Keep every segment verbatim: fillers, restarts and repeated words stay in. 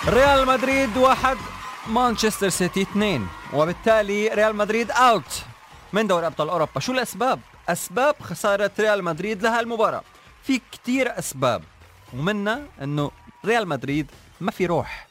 ريال مدريد واحد، مانشستر سيتي اثنين، وبالتالي ريال مدريد اوت من دوري ابطال اوروبا. شو الاسباب؟ اسباب خسارة ريال مدريد لها المباراة في كتير اسباب، ومنها انه ريال مدريد ما في روح،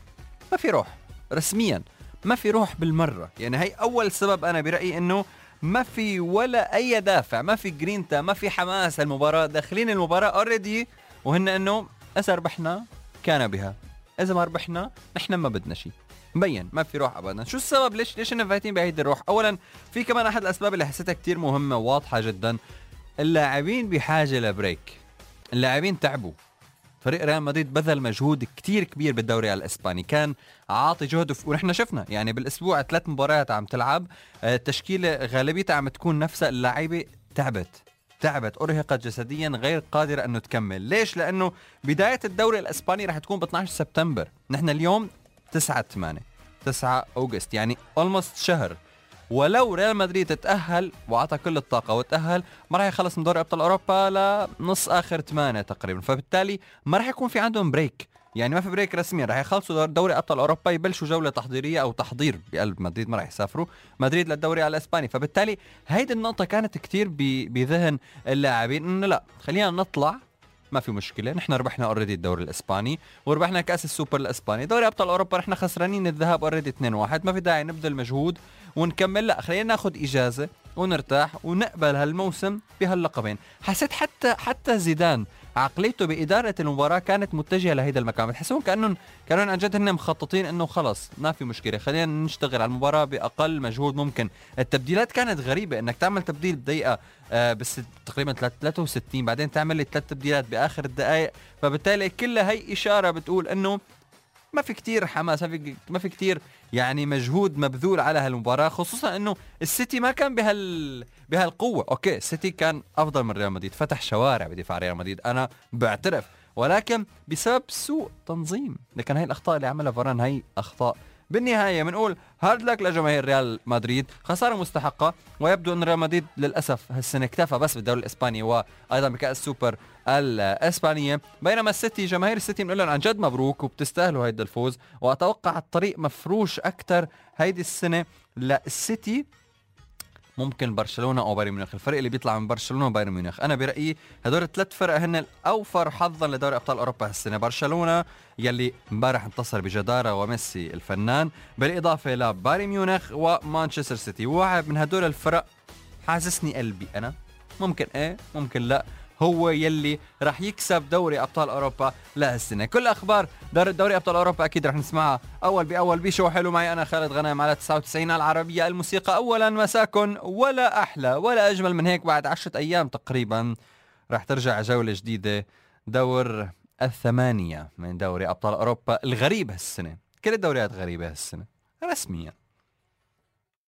ما في روح رسميا، ما في روح بالمرة. يعني هي اول سبب انا برأيي، انه ما في ولا اي دافع، ما في جرينتا، ما في حماس. المباراة داخلين المباراة اوريدي وهن انه اذا ربحنا كان بها، اذا ما ربحنا نحن ما بدنا شيء. مبين ما في روح ابدا. شو السبب؟ ليش ليش إننا فايتين بهيدي الروح؟ اولا في كمان احد الاسباب اللي حسيتها كتير مهمة وواضحة جدا، اللاعبين بحاجة لبريك. اللاعبين تعبوا، فريق ريال مدريد بذل مجهود كتير كبير بالدوري الاسباني، كان عاطي جهده، ونحن شفنا يعني بالاسبوع ثلاث مباريات عم تلعب، التشكيله غالبيتها عم تكون نفسها، اللعيبه تعبت تعبت ارهقت جسديا، غير قادره انه تكمل. ليش؟ لانه بدايه الدوري الاسباني راح تكون ب اثناشر سبتمبر، نحن اليوم تسعة ثمانية تسعة اوغست، يعني اولموست شهر. ولو ريال مدريد تتأهل وعطى كل الطاقة وتأهل، ما راح يخلص من دوري أبطال أوروبا لنص آخر ثمانية تقريبا، فبالتالي ما راح يكون في عندهم بريك، يعني ما في بريك رسميا. راح يخلصوا دوري أبطال أوروبا، يبلشوا جولة تحضيرية أو تحضير بقلب مدريد، ما راح يسافروا مدريد للدوري الإسباني. فبالتالي هيدي النقطة كانت كتير بذهن اللاعبين، إنه لا خلينا نطلع، ما في مشكلة، نحن ربحنا اوريدي الدوري الاسباني وربحنا كاس السوبر الاسباني، دوري ابطال اوروبا نحن خسرانين الذهاب اوريدي اثنين واحد، ما في داعي نبذل مجهود ونكمل، لا خلينا ناخذ اجازة ونرتاح ونقبل هالموسم بهاللقبين. حسيت حتى حتى زيدان عقليته بإدارة المباراة كانت متجهة لهيدا المكان، بتحسون كأنهم كانوا عن جد هن مخططين انه خلص ما في مشكلة، خلينا نشتغل على المباراة بأقل مجهود ممكن. التبديلات كانت غريبة، انك تعمل تبديل بدقيقة آه بس تقريبا ثلاثة وستين، بعدين تعمل لي ثلاث تبديلات بآخر الدقائق، فبالتالي كلها هي إشارة بتقول انه ما في كتير حماس، ما في ما في كتير يعني مجهود مبذول على هالمباراة، خصوصا انه السيتي ما كان بهال بهالقوة. اوكي السيتي كان افضل من ريال مدريد، فتح شوارع بدفاع ريال مدريد، انا بعترف، ولكن بسبب سوء تنظيم. لكن هاي الاخطاء اللي عملها فاران هاي اخطاء بالنهاية بنقول هارد لك لجماهير ريال مدريد، خسارة مستحقة. ويبدو ان ريال مدريد للاسف هالسنة اكتفى بس بالدوري الاسباني وايضا بكأس السوبر الاسبانية، بينما السيتي جماهير السيتي بنقول لهم عن جد مبروك وبتستاهلوا هيدا الفوز، واتوقع الطريق مفروش اكثر هيدي السنة للسيتي. ممكن برشلونة او بايرن ميونخ، الفريق اللي بيطلع من برشلونة وبايرن ميونخ. انا برأيي هدول الثلاث فرق هن الاوفر حظا لدوري ابطال اوروبا هالسنة. برشلونة يلي امبارح انتصر بجدارة وميسي الفنان، بالاضافة لبايرن ميونخ ومانشستر سيتي. واحد من هدول الفرق حاسسني قلبي انا ممكن ايه ممكن لا هو يلي راح يكسب دوري ابطال اوروبا لهالسنه. كل اخبار دوري, دوري ابطال اوروبا اكيد راح نسمعها اول باول بشو حلو. معي انا خالد غنايم على تسعة وتسعين العربيه الموسيقى. اولا مساكن، ولا احلى ولا اجمل من هيك بعد عشرة ايام تقريبا راح ترجع جوله جديده، دور الثمانيه من دوري ابطال اوروبا الغريب هالسنه. كل الدوريات غريبه هالسنه رسميا.